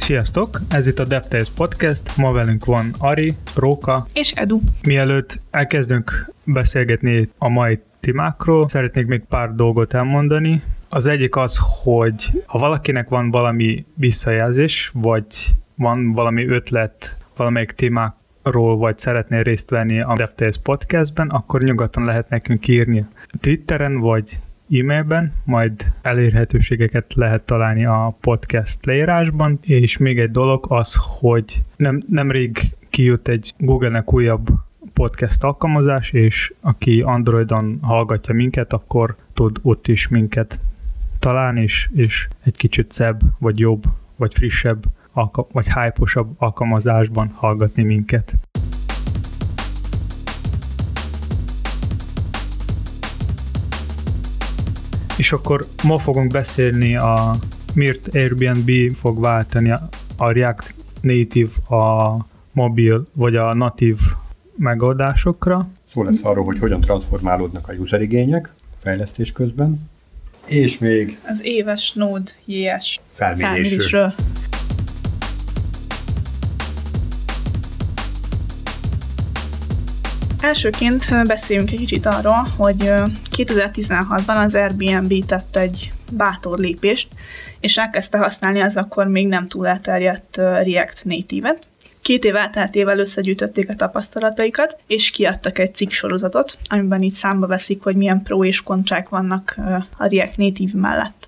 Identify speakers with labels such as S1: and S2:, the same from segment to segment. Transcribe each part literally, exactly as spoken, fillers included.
S1: Sziasztok! Ez itt a DevTales Podcast, ma velünk van Ari, Róka
S2: és Edu.
S1: Mielőtt elkezdünk beszélgetni a mai témákról, szeretnék még pár dolgot elmondani. Az egyik az, hogy ha valakinek van valami visszajelzés, vagy van valami ötlet valamelyik témákról, vagy szeretnél részt venni a DevTales Podcastben, akkor nyugodtan lehet nekünk írni Twitteren, vagy e-mailben, majd elérhetőségeket lehet találni a podcast leírásban, és még egy dolog az, hogy nem, nemrég kijött egy Google-nek újabb podcast alkalmazás, és aki Androidon hallgatja minket, akkor tud ott is minket találni, és, és egy kicsit szebb, vagy jobb, vagy frissebb, alka- vagy hype-osabb alkalmazásban hallgatni minket. És akkor ma fogunk beszélni a miért Airbnb fog váltani a React Native a mobil vagy a natív megoldásokra.
S3: Szó lesz arról, hogy hogyan transformálódnak a user igények fejlesztés közben, és még
S2: az éves Node.js
S3: felmérésről.
S2: Elsőként beszéljünk egy kicsit arról, hogy kétezer-tizenhatban az Airbnb tett egy bátor lépést, és elkezdte használni az akkor még nem túl elterjedt React Native-et. Két év elteltével összegyűjtötték a tapasztalataikat, és kiadtak egy cikksorozatot, amiben így számba veszik, hogy milyen pro és kontrák vannak a React Native mellett.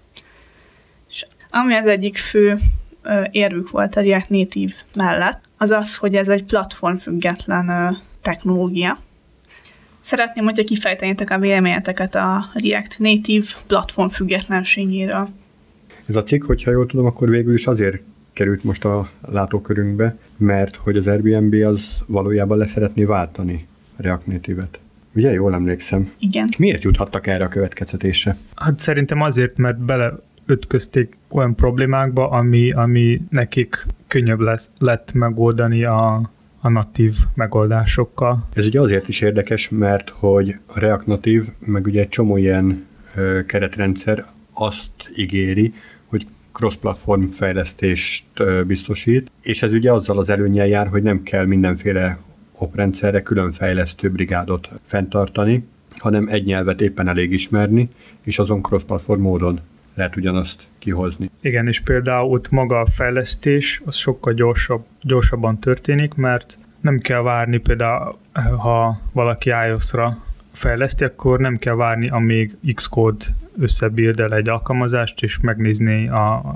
S2: És ami az egyik fő érvük volt a React Native mellett, az az, hogy ez egy platformfüggetlen technológia. Szeretném, hogyha kifejtenétek a véleményeteket a React Native platform függetlenségéről.
S3: Ez a cikk, hogyha jól tudom, akkor végül is azért került most a látókörünkbe, mert hogy az Airbnb az valójában le szeretné váltani a React Native-et. Ugye, jól emlékszem?
S2: Igen.
S3: Miért juthattak erre a következtetésre?
S1: Hát szerintem azért, mert beleütközték olyan problémákba, ami, ami nekik könnyebb lesz, lett megoldani a a natív megoldásokkal.
S3: Ez ugye azért is érdekes, mert hogy a React Native, meg ugye egy csomó ilyen ö, keretrendszer azt ígéri, hogy cross-platform fejlesztést ö, biztosít, és ez ugye azzal az előnnyel jár, hogy nem kell mindenféle oprendszerre külön fejlesztő brigádot fenntartani, hanem egy nyelvet éppen elég ismerni, és azon cross-platform módon lehet ugyanazt kihozni.
S1: Igen, és például ott maga a fejlesztés az sokkal gyorsabb, gyorsabban történik, mert nem kell várni például, ha valaki iOS-ra fejleszti, akkor nem kell várni, amíg Xcode összebildel egy alkalmazást, és megnézni a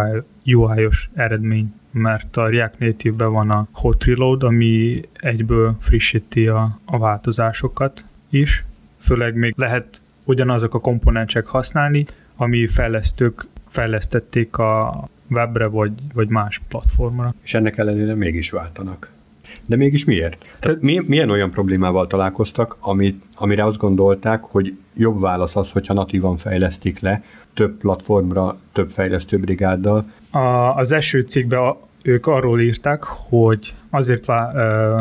S1: u i-os eredmény, mert a React Native-ben van a hot reload, ami egyből frissíti a, a változásokat is. Főleg még lehet ugyanazok a komponensek használni, ami fejlesztők fejlesztették a webre vagy, vagy más platformra.
S3: És ennek ellenére mégis váltanak. De mégis miért? Tehát milyen olyan problémával találkoztak, amit, amire azt gondolták, hogy jobb válasz az, hogyha natívan fejlesztik le, több platformra, több fejlesztőbrigáddal?
S1: A, az első cikkben ők arról írták, hogy azért, vá,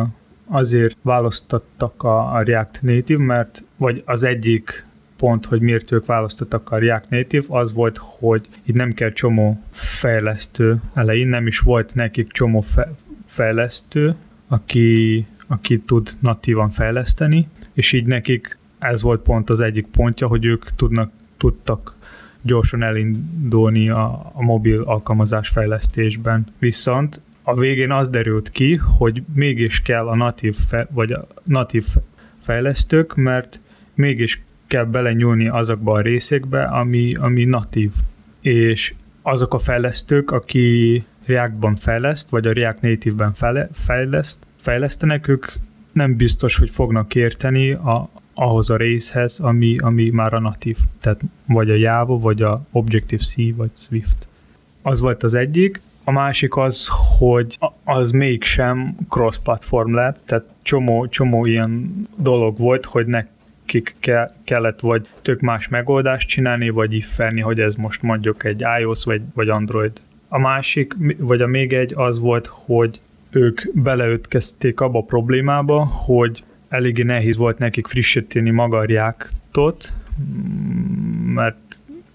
S1: azért választottak a, a React Native, mert vagy az egyik pont, hogy miért ők választottak a React Native, az volt, hogy itt nem kell csomó fejlesztő elején, nem is volt nekik csomó fe- fejlesztő, aki, aki tud natívan fejleszteni, és így nekik ez volt pont az egyik pontja, hogy ők tudnak, tudtak gyorsan elindulni a, a mobil alkalmazás fejlesztésben. Viszont a végén az derült ki, hogy mégis kell a natív, fe- vagy a natív fejlesztők, mert mégis kell belenyúlni azokba a részekbe, ami, ami natív. És azok a fejlesztők, aki React-ban fejleszt, vagy a React Native-ben fejleszt, fejlesztenek, ők nem biztos, hogy fognak érteni a, ahhoz a részhez, ami, ami már a natív. Tehát vagy a Java, vagy a Objective-C, vagy Swift. Az volt az egyik. A másik az, hogy az mégsem cross-platform lett, tehát csomó, csomó ilyen dolog volt, hogy ne kik ke- kellett vagy tök más megoldást csinálni, vagy iffelni, hogy ez most mondjuk egy iOS vagy, vagy Android. A másik, vagy a még egy az volt, hogy ők beleütkezték abba a problémába, hogy eléggé nehéz volt nekik frissíteni maga a Reactot, mert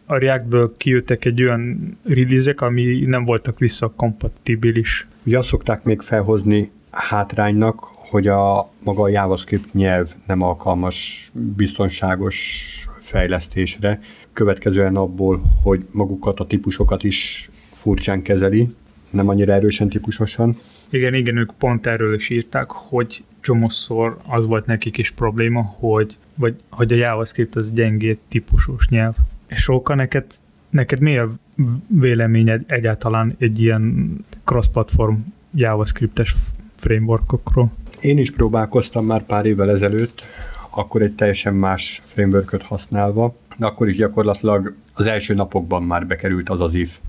S1: a React-ből kijöttek egy olyan release-ek, ami nem voltak visszakompatibilis.
S3: Ugye azt szokták még felhozni hátránynak, hogy a maga a JavaScript nyelv nem alkalmas biztonságos fejlesztésre, következően abból, hogy magukat a típusokat is furcsán kezeli, nem annyira erősen típusosan.
S1: Igen, igen, ők pont erről is írták, hogy csomószor az volt nekik is probléma, hogy, vagy, hogy a JavaScript az gyengét típusos nyelv. És Róka, neked, neked mi a véleményed egyáltalán egy ilyen cross-platform JavaScriptes frameworkokról?
S3: Én is próbálkoztam már pár évvel ezelőtt, akkor egy teljesen más frameworköt használva, de akkor is gyakorlatilag az első napokban már bekerült az az if,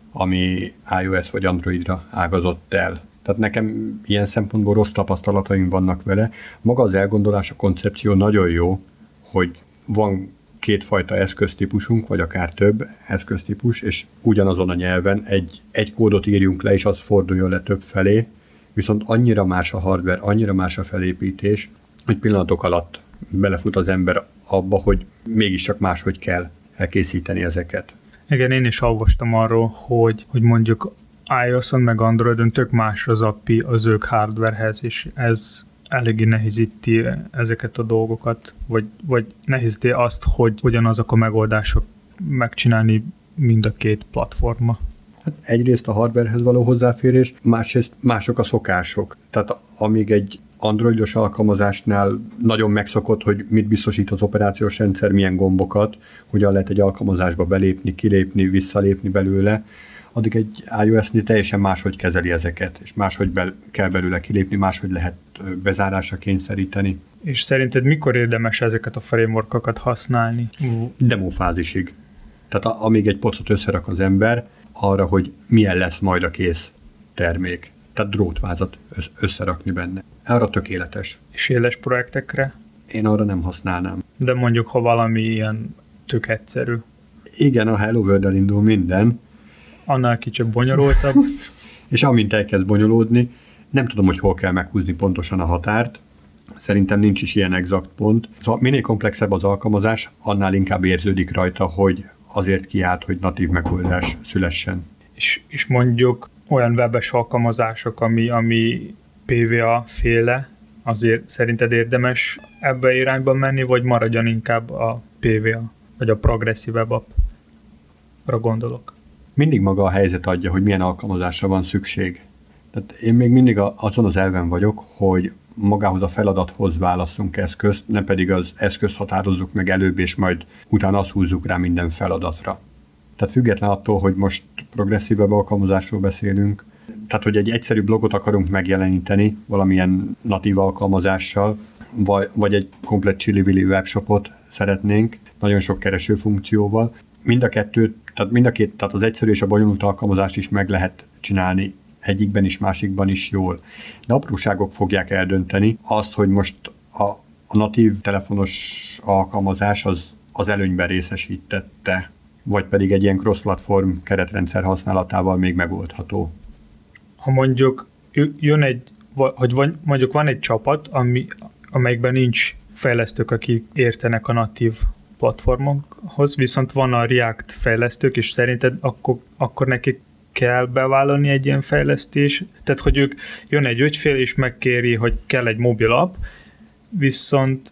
S3: ami iOS vagy Androidra ágazott el. Tehát nekem ilyen szempontból rossz tapasztalataim vannak vele. Maga az elgondolás, a koncepció nagyon jó, hogy van kétfajta eszköztípusunk, vagy akár több eszköztípus, és ugyanazon a nyelven egy, egy kódot írjunk le, és az forduljon le több felé, viszont annyira más a hardware, annyira más a felépítés, hogy pillanatok alatt belefut az ember abba, hogy mégiscsak máshogy kell elkészíteni ezeket.
S1: Igen, én is olvastam arról, hogy, hogy mondjuk iOS-on meg Androidon tök más az á pé i az ők hardwarehez, és ez eléggé nehézíti ezeket a dolgokat, vagy, vagy nehézíti azt, hogy ugyanazok a megoldások megcsinálni mind a két platforma.
S3: Hát egyrészt a hardwarehez való hozzáférés, másrészt mások a szokások. Tehát amíg egy androidos alkalmazásnál nagyon megszokott, hogy mit biztosít az operációs rendszer, milyen gombokat, hogyan lehet egy alkalmazásba belépni, kilépni, visszalépni belőle, addig egy iOS-nél teljesen máshogy kezeli ezeket, és máshogy be, kell belőle kilépni, máshogy lehet bezárásra kényszeríteni.
S1: És szerinted mikor érdemes ezeket a frameworkokat használni?
S3: Demófázisig. Tehát a, amíg egy pocot összerak az ember arra, hogy milyen lesz majd a kész termék. Tehát drótvázat összerakni benne. Arra tökéletes.
S1: És éles projektekre?
S3: Én arra nem használnám.
S1: De mondjuk, ha valami ilyen tök egyszerű.
S3: Igen, a Hello World-el indul minden.
S1: Annál kicsit bonyolultabb.
S3: És amint elkezd bonyolódni, nem tudom, hogy hol kell meghúzni pontosan a határt. Szerintem nincs is ilyen exakt pont. Szóval minél komplexebb az alkalmazás, annál inkább érződik rajta, hogy azért kiállt, hogy natív megoldás szülessen.
S1: És, és mondjuk olyan webes alkalmazások, ami, ami pé vé á féle, azért szerinted érdemes ebbe irányba menni, vagy maradjon inkább a pé vé á, vagy a Progressive Web App-ra gondolok?
S3: Mindig maga a helyzet adja, hogy milyen alkalmazásra van szükség. Tehát én még mindig azon az elven vagyok, hogy magához a feladathoz válasszunk eszközt, ne pedig az eszközt határozzuk meg előbb, és majd utána azt húzzuk rá minden feladatra. Tehát független attól, hogy most progresszív web alkalmazásról beszélünk, tehát hogy egy egyszerű blogot akarunk megjeleníteni valamilyen natív alkalmazással, vagy, vagy egy komplett chili-willy webshopot szeretnénk, nagyon sok kereső funkcióval. Mind a kettőt, tehát mind a két, tehát az egyszerű és a bonyolult alkalmazást is meg lehet csinálni egyikben is, másikban is jól. De apróságok fogják eldönteni azt, hogy most a, a natív telefonos alkalmazás az, az előnyben részesítette, vagy pedig egy ilyen cross-platform keretrendszer használatával még megoldható.
S1: Ha mondjuk jön egy, hogy van, mondjuk van egy csapat, ami, amelyikben nincs fejlesztők, akik értenek a natív platformokhoz, viszont van a React fejlesztők, és szerinted akkor, akkor nekik kell bevállalni egy ilyen fejlesztés? Tehát, hogy ők jön egy ügyfél, és megkéri, hogy kell egy mobil app, viszont...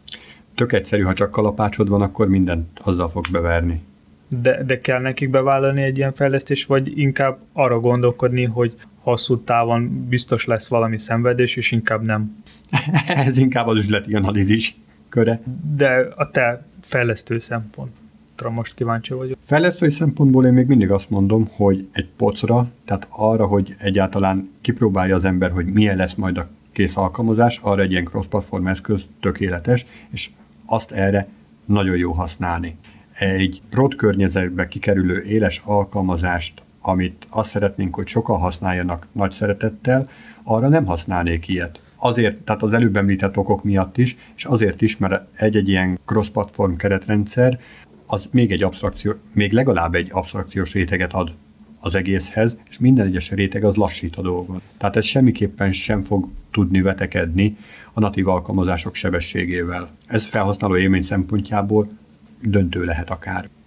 S3: Tök egyszerű, ha csak kalapácsod van, akkor mindent azzal fogsz beverni.
S1: De, de kell nekik bevállalni egy ilyen fejlesztés, vagy inkább arra gondolkodni, hogy hosszú távon biztos lesz valami szenvedés, és inkább nem?
S3: Ez inkább az üzleti analízis köre.
S1: De a te fejlesztő szempontra most kíváncsi vagyok.
S3: Fejlesztői szempontból én még mindig azt mondom, hogy egy pocra, tehát arra, hogy egyáltalán kipróbálja az ember, hogy milyen lesz majd a kész alkalmazás, arra egy ilyen cross-platform eszköz tökéletes, és azt erre nagyon jó használni. Egy prod környezetbe kikerülő éles alkalmazást, amit azt szeretnénk, hogy sokan használjanak nagy szeretettel, arra nem használnék ilyet. Azért, tehát az előbb említett okok miatt is, és azért is, mert egy-egy ilyen cross-platform keretrendszer, az még egy absztrakció, még legalább egy absztrakciós réteget ad az egészhez, és minden egyes réteg az lassít a dolgon. Tehát ez semmiképpen sem fog tudni vetekedni a natív alkalmazások sebességével. Ez felhasználó élmény szempontjából döntő lehet akár.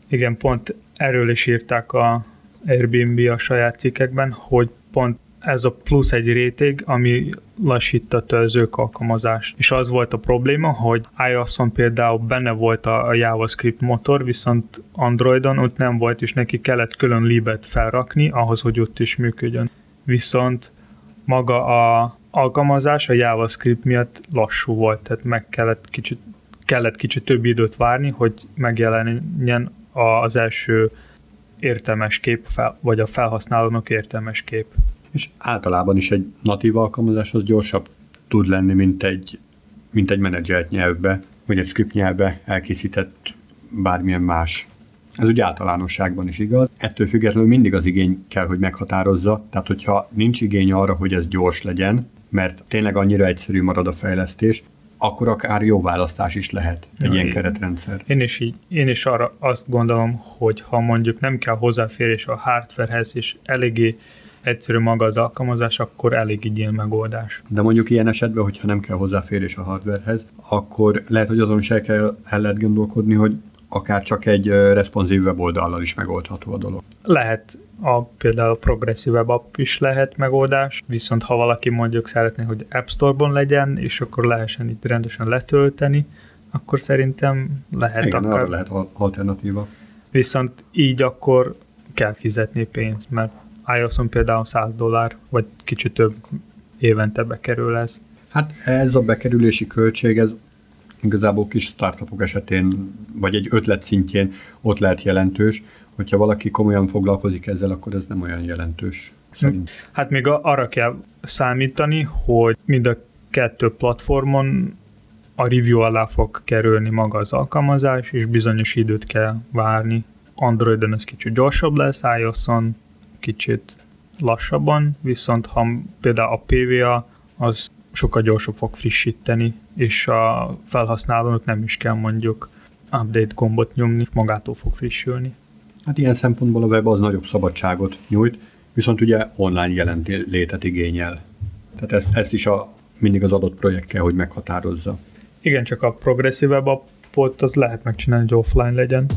S1: Igen, pont erről is írták a Airbnb a saját cikkekben, hogy pont ez a plusz egy réteg, ami lassította az ők alkalmazást. És az volt a probléma, hogy iOS-on például benne volt a JavaScript motor, viszont Androidon ott nem volt, és neki kellett külön libet felrakni, ahhoz, hogy ott is működjön. Viszont maga a alkalmazás a JavaScript miatt lassú volt, tehát meg kellett kicsit, kellett kicsit több időt várni, hogy megjelenjen az első értelmes kép, vagy a felhasználónak értelmes kép.
S3: És általában is egy natív alkalmazás az gyorsabb tud lenni, mint egy, mint egy menedzselt nyelvbe, vagy egy script nyelvbe elkészített bármilyen más. Ez ugye általánosságban is igaz. Ettől függetlenül mindig az igény kell, hogy meghatározza. Tehát, hogyha nincs igény arra, hogy ez gyors legyen, mert tényleg annyira egyszerű marad a fejlesztés, akkor akár jó választás is lehet egy ja, ilyen keretrendszer.
S1: Én is, így, én is arra azt gondolom, hogy ha mondjuk nem kell hozzáférés a hardwarehez, és eléggé egyszerű maga az alkalmazás, akkor elég így ilyen megoldás.
S3: De mondjuk ilyen esetben, hogyha nem kell hozzáférés a hardwarehez, akkor lehet, hogy azon se kell el lehet gondolkodni, hogy akár csak egy responsív weboldallal is megoldható a dolog.
S1: Lehet, a, például a progresszív web app is lehet megoldás, viszont ha valaki mondjuk szeretné, hogy App Store-ban legyen, és akkor lehessen itt rendesen letölteni, akkor szerintem lehet.
S3: Igen,
S1: akár.
S3: arra lehet alternatíva.
S1: Viszont így akkor kell fizetni pénzt, mert iOS-on például száz dollár, vagy kicsit több évente bekerül ez.
S3: Hát ez a bekerülési költség, ez igazából kis startupok esetén, vagy egy ötlet szintjén ott lehet jelentős. Hogyha valaki komolyan foglalkozik ezzel, akkor ez nem olyan jelentős. Szerint.
S1: Hát még arra kell számítani, hogy mind a kettő platformon a review alá fog kerülni maga az alkalmazás, és bizonyos időt kell várni. Androidon ez kicsit gyorsabb lesz, iOS-on kicsit lassabban, viszont ha például a pé vé á az sokkal gyorsabb fog frissíteni, és a felhasználónak nem is kell mondjuk update gombot nyomni, magától fog frissülni.
S3: Hát ilyen szempontból a web az nagyobb szabadságot nyújt, viszont ugye online jelenlétet igényel. Tehát ezt, ezt is a, mindig az adott projekt kell, hogy meghatározza.
S1: Igen, csak a progresszív web appot az lehet megcsinálni, hogy offline legyen.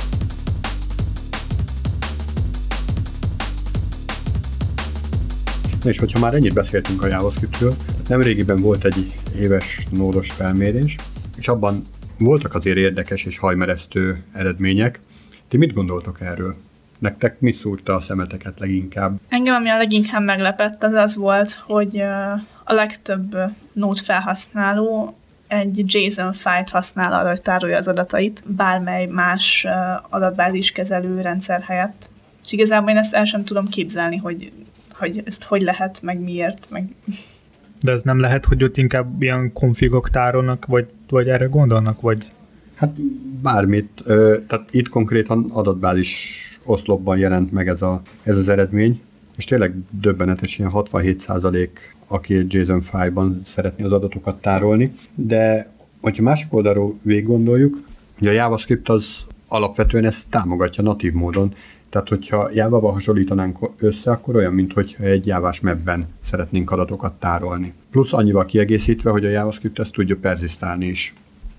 S3: És hogyha már ennyit beszéltünk a JavaScriptről, nemrégiben volt egy éves nódos felmérés, és abban voltak azért érdekes és hajmeresztő eredmények. Ti mit gondoltok erről? Nektek mi szúrta a szemeteket leginkább?
S2: Engem, ami a leginkább meglepett, az az volt, hogy a legtöbb Node felhasználó egy JSON fájlt használ arra, hogy tárolja az adatait, bármely más adatbáziskezelő rendszer helyett. És igazából én ezt el sem tudom képzelni, hogy hogy ezt hogy lehet, meg miért, meg...
S1: De ez nem lehet, hogy ott inkább ilyen konfigok tárolnak, vagy, vagy erre gondolnak, vagy...
S3: Hát bármit. Tehát itt konkrétan adatbázis oszlopban jelent meg ez, a, ez az eredmény, és tényleg döbbenetes, ilyen hatvanhét százalék, aki egy JSON fájlban szeretné az adatokat tárolni, de hogyha másik oldalról végig gondoljuk, hogy a JavaScript az alapvetően ezt támogatja natív módon. Tehát, hogyha Java-val hasonlítanánk össze, akkor olyan, mintha egy Java-s mapben szeretnénk adatokat tárolni. Plusz annyival kiegészítve, hogy a JavaScript ezt tudja perzisztálni is.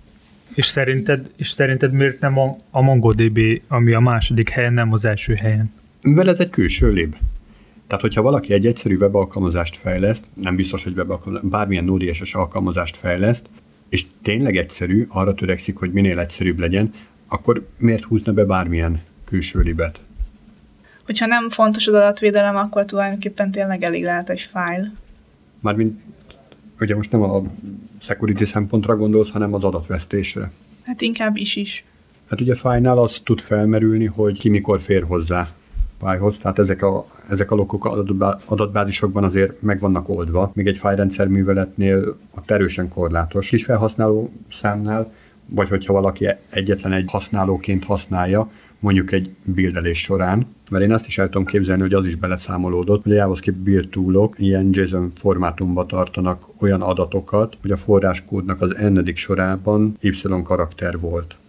S1: És szerinted, és szerinted miért nem a, a MongoDB, ami a második helyen, nem az első helyen?
S3: Mivel ez egy külső lib. Tehát, hogyha valaki egy egyszerű webalkalmazást fejleszt, nem biztos, hogy webalkalmazást, bármilyen Node.js-es alkalmazást fejleszt, és tényleg egyszerű, arra törekszik, hogy minél egyszerűbb legyen, akkor miért húzna be bármilyen külső libet?
S2: Hogyha nem fontos az adatvédelem, akkor tulajdonképpen tényleg elég lehet egy fájl.
S3: Mármint, ugye most nem a security szempontra gondolsz, hanem az adatvesztésre.
S2: Hát inkább is is.
S3: Hát ugye fájlnál az tud felmerülni, hogy ki mikor fér hozzá fájlhoz, tehát ezek a, ezek a lokok adatbázisokban azért meg vannak oldva, még egy fájlrendszer műveletnél ott erősen korlátos. Kis felhasználó számnál, vagy hogyha valaki egyetlen egy használóként használja, mondjuk egy buildelés során, mert én azt is el tudom képzelni, hogy az is beleszámolódott, hogy a JavaScript build toolok ilyen JSON formátumba tartanak olyan adatokat, hogy a forráskódnak az n-edik sorában Y karakter volt.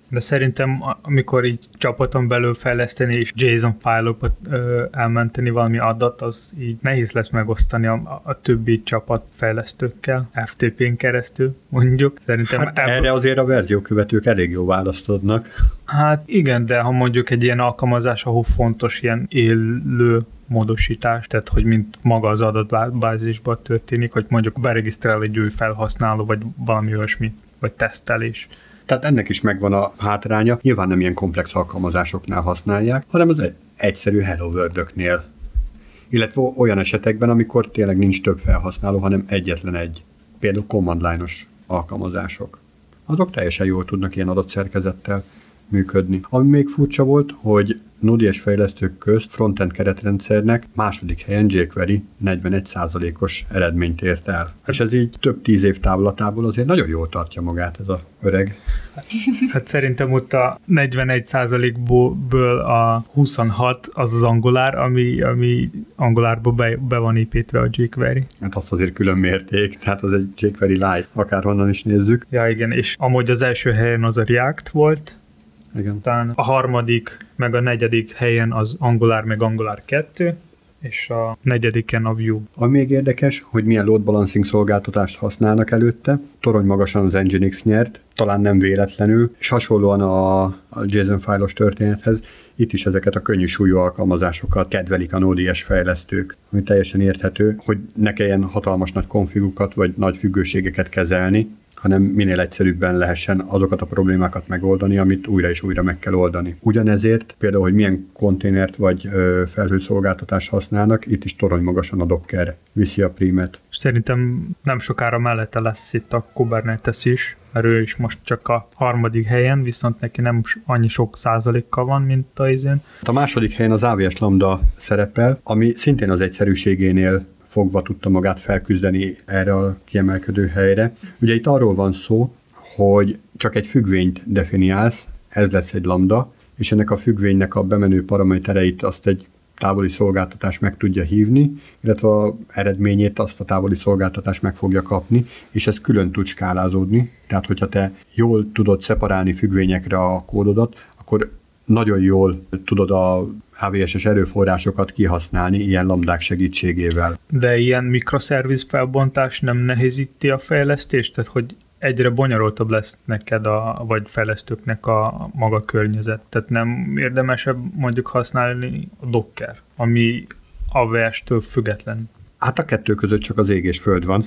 S1: De szerintem, amikor így csapaton belül fejleszteni és JSON fájlokat ö, elmenteni valami adat, az így nehéz lesz megosztani a, a többi csapat fejlesztőkkel, ef té pén keresztül mondjuk. Szerintem
S3: hát
S1: ebből...
S3: erre azért a verziókövetők elég jó választ adnak.
S1: Hát igen, de ha mondjuk egy ilyen alkalmazás, ahol fontos ilyen élő módosítás, tehát hogy mint maga az adatbázisban történik, hogy mondjuk beregisztrál egy új felhasználó, vagy valami olyasmi, vagy tesztelés.
S3: Tehát ennek is megvan a hátránya. Nyilván nem ilyen komplex alkalmazásoknál használják, hanem az egyszerű Hello World-öknél. Illetve olyan esetekben, amikor tényleg nincs több felhasználó, hanem egyetlen egy. Például command line-os alkalmazások. Azok teljesen jól tudnak ilyen adatszerkezettel működni. Ami még furcsa volt, hogy Node.js fejlesztők közt frontend keretrendszernek második helyen jQuery negyvenegy százalékos eredményt ért el. És ez így több tíz év távlatából azért nagyon jól tartja magát ez a öreg.
S1: Hát szerintem ott a negyvenegy százalékból a huszonhat az az Angular, ami, ami Angularba be, be van építve a jQuery.
S3: Hát az azért külön mérték, tehát az egy jQuery Lite, akárhonnan is nézzük.
S1: Ja igen, és amúgy az első helyen az a React volt,
S3: igen.
S1: Aztán a harmadik, meg a negyedik helyen az Angular, meg Angular kettő, és a negyediken a Vue.
S3: Ami még érdekes, hogy milyen load balancing szolgáltatást használnak előtte. Torony magasan az Nginx nyert, talán nem véletlenül, és hasonlóan a, a JSON fájlos történethez, itt is ezeket a könnyű súlyú alkalmazásokat kedvelik a Node.js fejlesztők, ami teljesen érthető, hogy ne kelljen hatalmas nagy konfigukat vagy nagy függőségeket kezelni, hanem minél egyszerűbben lehessen azokat a problémákat megoldani, amit újra és újra meg kell oldani. Ugyanezért például, hogy milyen konténert vagy ö, felhőszolgáltatást használnak, itt is torony magasan a Docker viszi a prímet.
S1: Szerintem nem sokára mellette lesz itt a Kubernetes is, mert ő is most csak a harmadik helyen, viszont neki nem annyi sok százalékkal van, mint a izén.
S3: A második helyen az á vé es Lambda szerepel, ami szintén az egyszerűségénél fogva tudta magát felküzdeni erre a kiemelkedő helyre. Ugye itt arról van szó, hogy csak egy függvényt definiálsz, ez lesz egy lambda, és ennek a függvénynek a bemenő paramétereit azt egy távoli szolgáltatás meg tudja hívni, illetve az eredményét azt a távoli szolgáltatás meg fogja kapni, és ez külön tud skálázódni. Tehát, hogyha te jól tudod szeparálni függvényekre a kódodat, akkor nagyon jól tudod a á vé es-es erőforrásokat kihasználni ilyen lambdák segítségével.
S1: De ilyen mikroszerviz felbontás nem nehézíti a fejlesztést? Tehát, hogy egyre bonyolultabb lesz neked, a, vagy fejlesztőknek a maga környezet. Tehát nem érdemesebb mondjuk használni a Docker, ami á vé es-től független.
S3: Hát a kettő között csak az ég és föld van.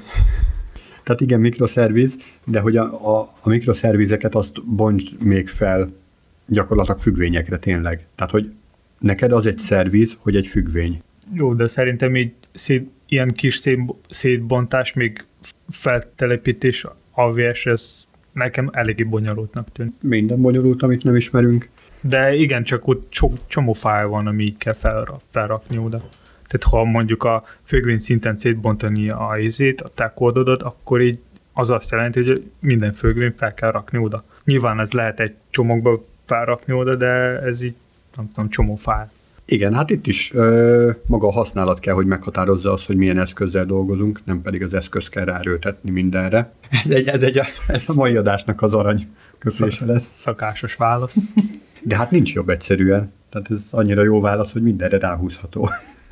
S3: Tehát igen, mikroszerviz, de hogy a, a, a mikroszervizeket azt bontsd még fel gyakorlatilag függvényekre tényleg. Tehát, hogy neked az egy szerviz, hogy egy függvény.
S1: Jó, de szerintem így szét, ilyen kis szét, szétbontás, még feltelepítés á vé es, ez nekem eléggé bonyolultnak tűnik.
S3: Minden bonyolult, amit nem ismerünk.
S1: De igen, csak ott csomó, csomó fájl van, ami így kell felra, felrakni oda. Tehát ha mondjuk a függvény szinten szétbontani a izét, a te kódodat, akkor így az azt jelenti, hogy minden függvényt fel kell rakni oda. Nyilván ez lehet egy csomagba felrakni oda, de ez így nem tudom, csomó fájl.
S3: Igen, hát itt is ö, maga a használat kell, hogy meghatározza azt, hogy milyen eszközzel dolgozunk, nem pedig az eszköz kell ráerőltetni mindenre. Ez, egy, ez, egy, ez a mai adásnak az arany köpése lesz.
S1: Szakásos válasz.
S3: De hát nincs jobb egyszerűen. Tehát ez annyira jó válasz, hogy mindenre ráhúzható.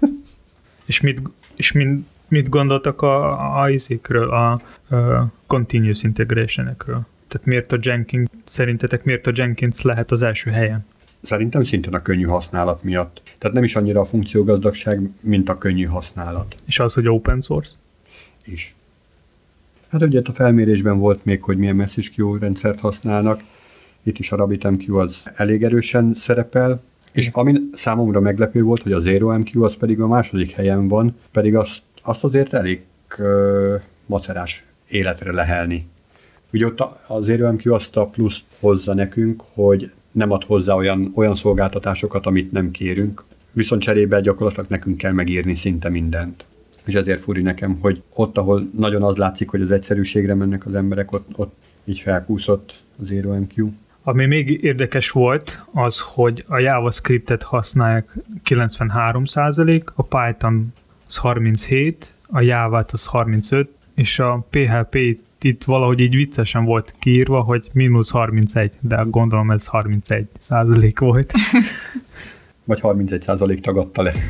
S1: És mit, és mit, mit gondoltak a, a izékről, a, a continuous integration-ekről? Tehát miért a Jenkins, szerintetek miért a Jenkins lehet az első helyen?
S3: Szerintem szintén a könnyű használat miatt. Tehát nem is annyira a funkciógazdagság, mint a könnyű használat.
S1: És az, hogy open source?
S3: Is. Hát ugye a felmérésben volt még, hogy milyen message queue rendszert használnak. Itt is a RabbitMQ az elég erősen szerepel. És ami számomra meglepő volt, hogy a ZeroMQ az pedig a második helyen van, pedig azt, azt azért elég ö, macerás életre lehelni. Ugye ott a ZeroMQ azt a pluszt hozza nekünk, hogy nem ad hozzá olyan, olyan szolgáltatásokat, amit nem kérünk, viszont cserébe gyakorlatilag nekünk kell megírni szinte mindent. És ezért furi nekem, hogy ott, ahol nagyon az látszik, hogy az egyszerűségre mennek az emberek, ott, ott így felkúszott a ZeroMQ.
S1: Ami még érdekes volt, az, hogy a JavaScriptet használják kilencvenhárom százalék, a Python az harminchét, a Java-t az harmincöt, és a pé há pé itt valahogy így viccesen volt kiírva, hogy mínusz harmincegy, de gondolom ez harmincegy százalék volt.
S3: Vagy harmincegy százalék tagadta le.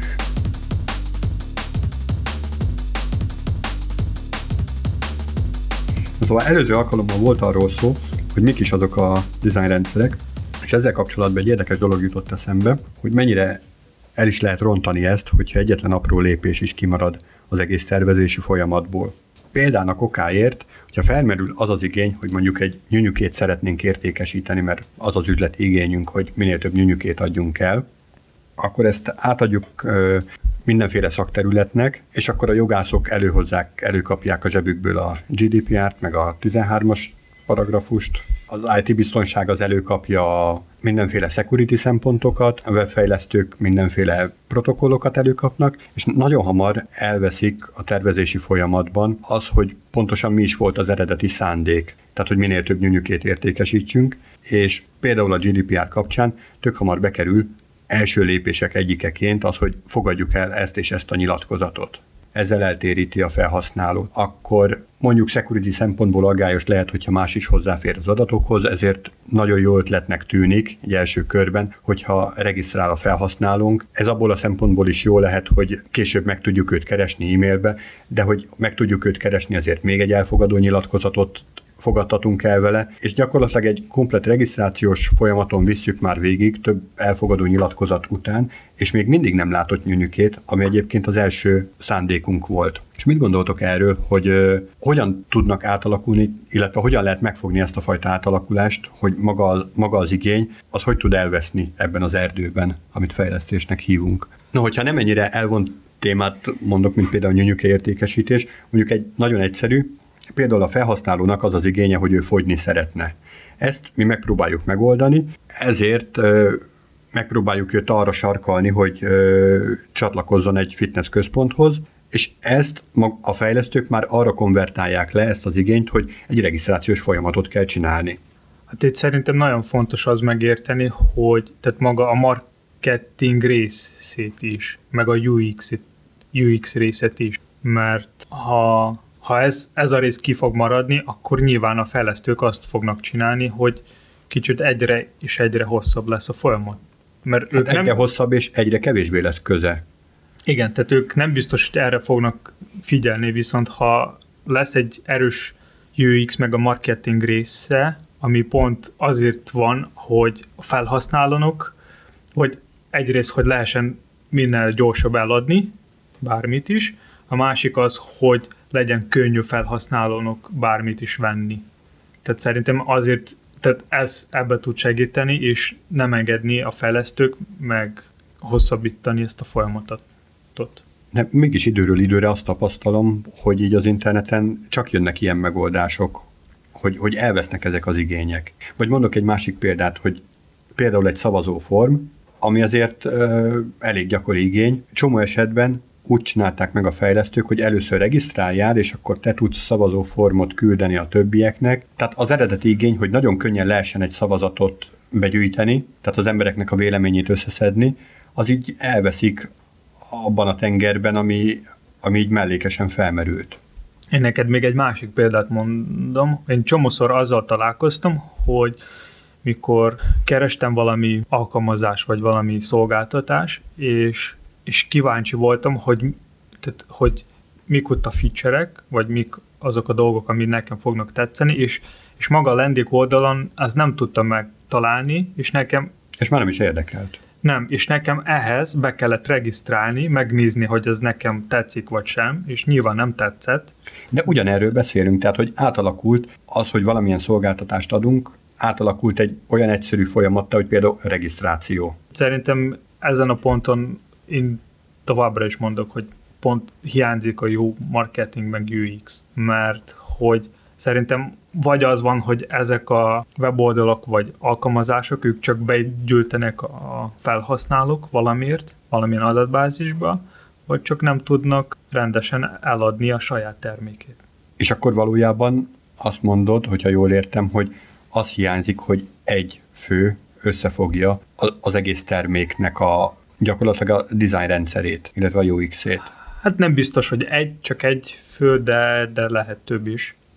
S3: Szóval előző alkalommal volt arról szó, hogy mik is azok a dizájnrendszerek, és ezzel kapcsolatban egy érdekes dolog jutott eszembe, hogy mennyire el is lehet rontani ezt, hogyha egyetlen apró lépés is kimarad az egész szervezési folyamatból. Példának okáért, hogyha felmerül az az igény, hogy mondjuk egy nyünyükét szeretnénk értékesíteni, mert az az üzleti igényünk, hogy minél több nyünyükét adjunk el, akkor ezt átadjuk ö, mindenféle szakterületnek, és akkor a jogászok előhozzák, előkapják a zsebükből a gé dé pé er-t, meg a tizenhármas paragrafust, az i té-biztonság az előkapja mindenféle security szempontokat, a webfejlesztők mindenféle protokollokat előkapnak, és nagyon hamar elveszik a tervezési folyamatban az, hogy pontosan mi is volt az eredeti szándék, tehát hogy minél több nyünyükét értékesítsünk, és például a gé dé pé er kapcsán tök hamar bekerül első lépések egyikeként az, hogy fogadjuk el ezt és ezt a nyilatkozatot. Ezzel eltéríti a felhasználót. Akkor mondjuk security szempontból aggályos lehet, hogyha más is hozzáfér az adatokhoz, ezért nagyon jó ötletnek tűnik egy első körben, hogyha regisztrál a felhasználónk. Ez abból a szempontból is jó lehet, hogy később meg tudjuk őt keresni e-mailbe, de hogy meg tudjuk őt keresni, azért még egy elfogadó nyilatkozatot fogadtatunk el vele, és gyakorlatilag egy komplet regisztrációs folyamaton visszük már végig, több elfogadó nyilatkozat után, és még mindig nem látott nyünyükét, ami egyébként az első szándékunk volt. És mit gondoltok erről, hogy uh, hogyan tudnak átalakulni, illetve hogyan lehet megfogni ezt a fajta átalakulást, hogy maga az, maga az igény, az hogy tud elveszni ebben az erdőben, amit fejlesztésnek hívunk. No, hogyha nem ennyire elvont témát mondok, mint például a nyünyüke értékesítés, mondjuk egy nagyon egyszerű, például a felhasználónak az az igénye, hogy ő fogyni szeretne. Ezt mi megpróbáljuk megoldani, ezért ö, megpróbáljuk őt arra sarkalni, hogy ö, csatlakozzon egy fitness központhoz, és ezt a fejlesztők már arra konvertálják le ezt az igényt, hogy egy regisztrációs folyamatot kell csinálni.
S1: Hát itt szerintem nagyon fontos az megérteni, hogy tehát maga a marketing részét is, meg a u iksz, u iksz részét is, mert ha Ha ez, ez a rész ki fog maradni, akkor nyilván a fejlesztők azt fognak csinálni, hogy kicsit egyre és egyre hosszabb lesz a folyamat. Mert
S3: hát
S1: ők
S3: egyre
S1: nem...
S3: hosszabb és egyre kevésbé lesz köze.
S1: Igen, tehát ők nem biztos, hogy erre fognak figyelni, viszont ha lesz egy erős u iksz meg a marketing része, ami pont azért van, hogy a felhasználók, hogy egyrészt, hogy lehessen minél gyorsabb eladni, bármit is, a másik az, hogy legyen könnyű felhasználónak bármit is venni. Tehát szerintem azért, tehát ez ebbe tud segíteni, és nem engedni a fejlesztők, meg hosszabbítani ezt a folyamatot.
S3: De mégis időről időre azt tapasztalom, hogy így az interneten csak jönnek ilyen megoldások, hogy, hogy elvesznek ezek az igények. Vagy mondok egy másik példát, hogy például egy szavazóform, ami azért ö, elég gyakori igény, csomó esetben úgy csinálták meg a fejlesztők, hogy először regisztráljál, és akkor te tudsz szavazóformot küldeni a többieknek. Tehát az eredeti igény, hogy nagyon könnyen lehessen egy szavazatot begyűjteni, tehát az embereknek a véleményét összeszedni, az így elveszik abban a tengerben, ami, ami így mellékesen felmerült.
S1: Én neked még egy másik példát mondom. Én csomószor azzal találkoztam, hogy mikor kerestem valami alkalmazás, vagy valami szolgáltatás, és és kíváncsi voltam, hogy, tehát, hogy mik ott a feature-ek, vagy mik azok a dolgok, amik nekem fognak tetszeni, és, és maga a landing oldalon azt nem tudtam megtalálni, és nekem...
S3: És már nem is érdekelt.
S1: Nem, és nekem ehhez be kellett regisztrálni, megnézni, hogy ez nekem tetszik vagy sem, és nyilván nem tetszett.
S3: De ugyanerről beszélünk, tehát hogy átalakult az, hogy valamilyen szolgáltatást adunk, átalakult egy olyan egyszerű folyamatta, hogy például regisztráció.
S1: Szerintem ezen a ponton én továbbra is mondok, hogy pont hiányzik a jó marketing meg u iksz, mert hogy szerintem vagy az van, hogy ezek a weboldalak vagy alkalmazások, ők csak begyűjtenek a felhasználók valamiért, valamilyen adatbázisba, vagy csak nem tudnak rendesen eladni a saját termékét.
S3: És akkor valójában azt mondod, hogyha jól értem, hogy az hiányzik, hogy egy fő összefogja az egész terméknek a gyakorlatilag a design rendszerét, illetve a u iksz-ét.
S1: Hát nem biztos, hogy egy, csak egy fő, de, de lehet több is.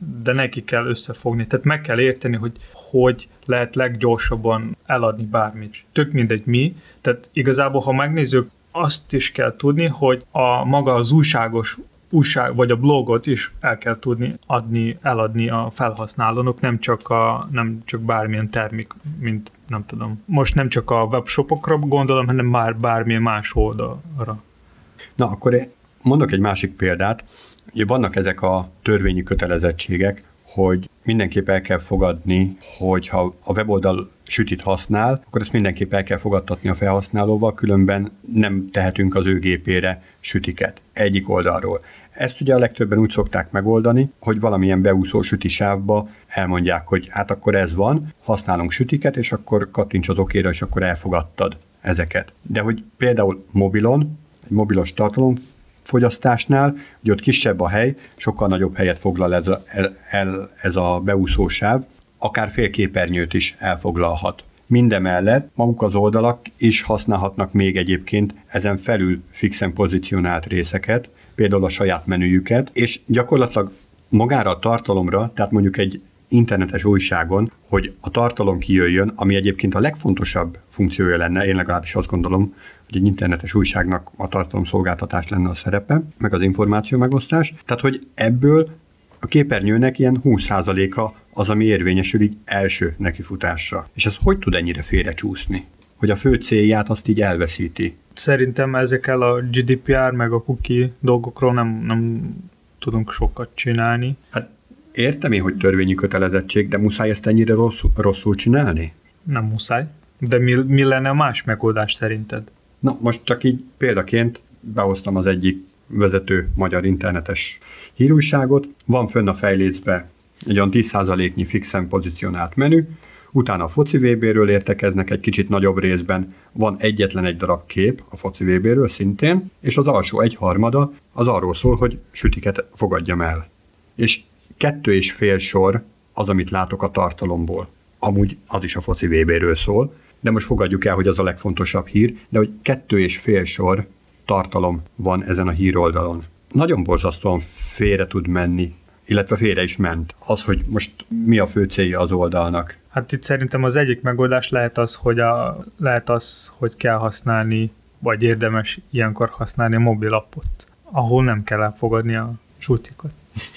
S1: de neki kell összefogni. Tehát meg kell érteni, hogy hogy lehet leggyorsabban eladni bármit. Tök mindegy mi. Tehát igazából, ha megnézzük, azt is kell tudni, hogy a maga az újságos újság, vagy a blogot is el kell tudni adni, eladni a felhasználónak, nem csak, a, nem csak bármilyen termék, mint nem tudom. Most nem csak a webshopokra gondolom, hanem már bármilyen más oldalra.
S3: Na, akkor én mondok egy másik példát. Ugye vannak ezek a törvényi kötelezettségek, hogy mindenképp el kell fogadni, hogyha a weboldal sütit használ, akkor ezt mindenképp el kell fogadtatni a felhasználóval, különben nem tehetünk az ő gépére sütiket egyik oldalról. Ezt ugye a legtöbben úgy szokták megoldani, hogy valamilyen beúszó sütisávba elmondják, hogy hát akkor ez van, használunk sütiket, és akkor kattints az okéra, és akkor elfogadtad ezeket. De hogy például mobilon, egy mobilos tartalomfogyasztásnál, hogy ott kisebb a hely, sokkal nagyobb helyet foglal ez a, el, el, ez a beúszó sáv, akár fél képernyőt is elfoglalhat. Mindemellett maguk az oldalak is használhatnak még egyébként ezen felül fixen pozícionált részeket, például a saját menüjüket, és gyakorlatilag magára a tartalomra, tehát mondjuk egy internetes újságon, hogy a tartalom kijöjjön, ami egyébként a legfontosabb funkciója lenne, én legalábbis azt gondolom, hogy egy internetes újságnak a tartalomszolgáltatás lenne a szerepe, meg az információ megosztás, tehát hogy ebből a képernyőnek ilyen húsz százaléka az, ami érvényesül így első nekifutásra. És ez hogy tud ennyire félrecsúszni? Hogy a fő célját azt így elveszíti?
S1: Szerintem ezekkel a gé dé pé er meg a cookie dolgokról nem, nem tudunk sokat csinálni.
S3: Hát értem én, hogy törvényi kötelezettség, de muszáj ezt ennyire rosszul, rosszul csinálni?
S1: Nem muszáj. De mi, mi lenne a más megoldás szerinted?
S3: Na, most csak így példaként behoztam az egyik vezető magyar internetes hírújságot. Van fönn a fejlécbe egy olyan tíz százaléknyi fixen pozícionált menü, utána a foci vé béről értekeznek egy kicsit nagyobb részben, van egyetlen egy darab kép a foci vé béről szintén, és az alsó egyharmada az arról szól, hogy sütiket fogadjam el. És kettő és fél sor az, amit látok a tartalomból. Amúgy az is a foci vé béről szól, de most fogadjuk el, hogy az a legfontosabb hír, de hogy kettő és fél sor tartalom van ezen a híroldalon. Nagyon borzasztóan félre tud menni, illetve félre is ment. Az, hogy most mi a fő célja az oldalnak.
S1: Hát itt szerintem az egyik megoldás lehet az, hogy, a, lehet az, hogy kell használni, vagy érdemes ilyenkor használni a mobil appot, ahol nem kell elfogadni a sútikat.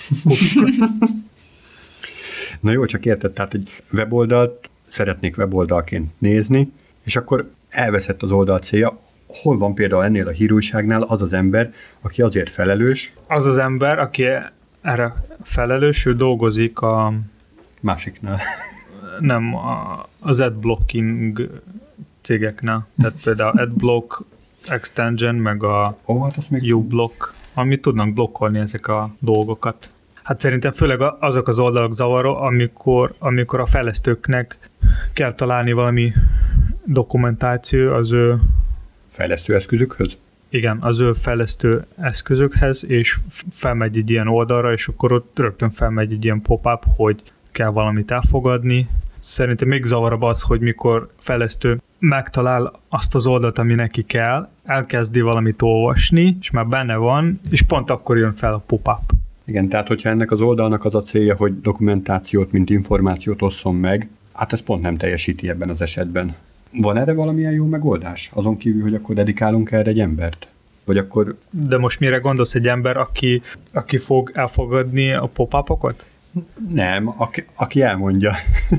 S3: Na jó, csak érted, tehát egy weboldalt szeretnék weboldalként nézni, és akkor elveszett az oldal célja. Hol van például ennél a hírújságnál az az ember, aki azért felelős?
S1: Az az ember, aki erre felelős, ő dolgozik a...
S3: Másiknál.
S1: Nem, a, az adblocking cégeknál. Tehát például adblock extension, meg a
S3: oh, hát még...
S1: uBlock, amit tudnak blokkolni ezek a dolgokat. Hát szerintem főleg azok az oldalak zavaró, amikor, amikor a fejlesztőknek kell találni valami dokumentáció az ő
S3: fejlesztő eszközökhöz?
S1: Igen, az ő fejlesztő eszközökhez, és felmegy egy ilyen oldalra, és akkor ott rögtön felmegy egy ilyen pop-up, hogy kell valamit elfogadni. Szerintem még zavarabb az, hogy mikor fejlesztő megtalál azt az oldalt, ami neki kell, elkezdi valamit olvasni, és már benne van, és pont akkor jön fel a pop-up.
S3: Igen, tehát hogyha ennek az oldalnak az a célja, hogy dokumentációt, mint információt osszon meg, hát ez pont nem teljesíti ebben az esetben. Van erre valamilyen jó megoldás? Azon kívül, hogy akkor dedikálunk erre egy embert? Vagy akkor...
S1: De most mire gondolsz, egy ember, aki, aki fog elfogadni a pop-upokat?
S3: Nem, aki, aki elmondja.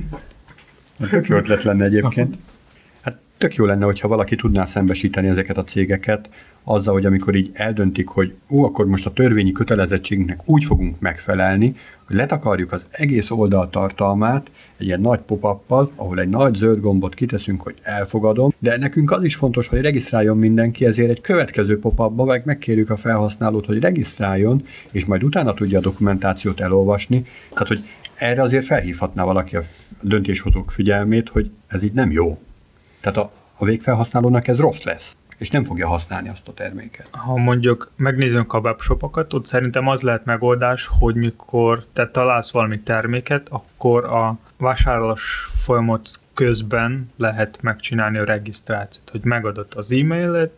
S3: Tök jó ötlet lenne egyébként. Hát tök jó lenne, hogyha valaki tudná szembesíteni ezeket a cégeket azzal, hogy amikor így eldöntik, hogy ó, akkor most a törvényi kötelezettségünknek úgy fogunk megfelelni, hogy letakarjuk az egész oldal tartalmát egy ilyen nagy pop-uppal, ahol egy nagy zöld gombot kiteszünk, hogy elfogadom, de nekünk az is fontos, hogy regisztráljon mindenki, ezért egy következő pop-upba meg megkérjük a felhasználót, hogy regisztráljon, és majd utána tudja a dokumentációt elolvasni. Tehát, hogy erre azért felhívhatná valaki a döntéshozók figyelmét, hogy ez így nem jó. Tehát a, a végfelhasználónak ez rossz lesz, és nem fogja használni azt a terméket.
S1: Ha mondjuk megnézzünk a webshopokat, ott szerintem az lehet megoldás, hogy mikor te találsz valami terméket, akkor a vásárlás folyamat közben lehet megcsinálni a regisztrációt, hogy megadott az e-mailet,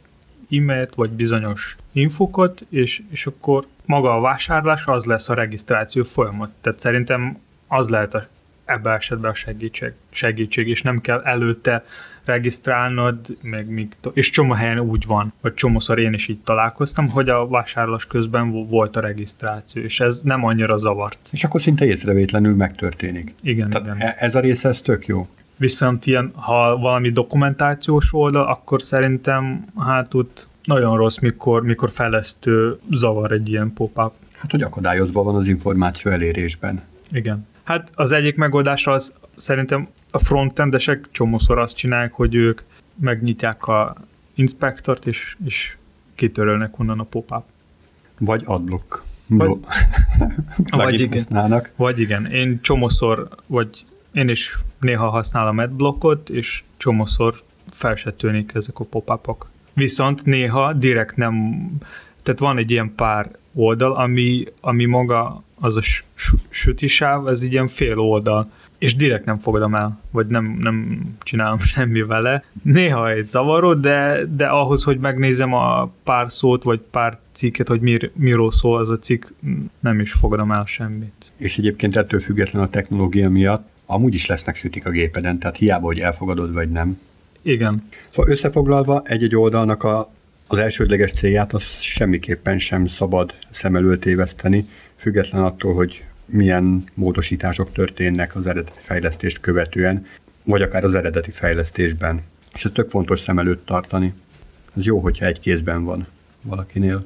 S1: e-mailt, vagy bizonyos infokat, és, és akkor maga a vásárlás az lesz a regisztráció folyamat. Tehát szerintem az lehet a, ebben esetben a segítség, segítség, és nem kell előtte regisztrálnod, meg még, és csomó helyen úgy van, vagy csomószor én is így találkoztam, hogy a vásárlás közben volt a regisztráció, és ez nem annyira zavart.
S3: És akkor szinte észrevétlenül megtörténik.
S1: Igen,
S3: Tehát
S1: igen.
S3: Ez a része, ez tök jó.
S1: Viszont ilyen, ha valami dokumentációs oldal, akkor szerintem hát ott nagyon rossz, mikor, mikor fejlesztő zavar egy ilyen pop-up.
S3: Hát, hogy akadályozva van az információ elérésben.
S1: Igen. Hát az egyik megoldás az szerintem a frontendesek csomószor azt csinálják, hogy ők megnyitják a inspektort, és, és kitörölnek onnan a pop-up.
S3: Vagy adblock.
S1: Vagy, vagy, igen.
S3: Használnak.
S1: Vagy igen. Én csomószor, vagy én is néha használom adblockot, és csomószor fel se tűnik ezek a pop-upok. Viszont néha direkt nem, tehát van egy ilyen pár oldal, ami, ami maga az a sütisáv, ez egy ilyen fél oldal, és direkt nem fogadom el, vagy nem, nem csinálom semmi vele. Néha egy zavaró, de, de ahhoz, hogy megnézem a pár szót, vagy pár cikket, hogy mir, miről szól az a cikk, nem is fogadom el semmit.
S3: És egyébként ettől független a technológia miatt amúgy is lesznek sütik a gépeden, tehát hiába, hogy elfogadod, vagy nem.
S1: Igen.
S3: Szóval összefoglalva, egy-egy oldalnak a, az elsődleges célját az semmiképpen sem szabad szem elől téveszteni, független attól, hogy milyen módosítások történnek az eredeti fejlesztést követően, vagy akár az eredeti fejlesztésben. És ez tök fontos szem előtt tartani. Ez jó, hogyha egy kézben van valakinél.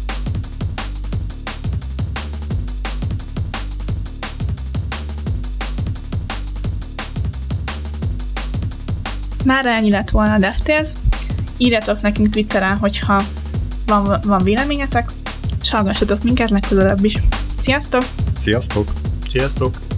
S2: Már ennyi lett volna a DevTales. Írjatok nekünk Twitteren, hogyha van, van véleményetek, és hallgassatok minket legközelebb is. Sziasztok!
S3: Sziasztok!
S1: Sziasztok!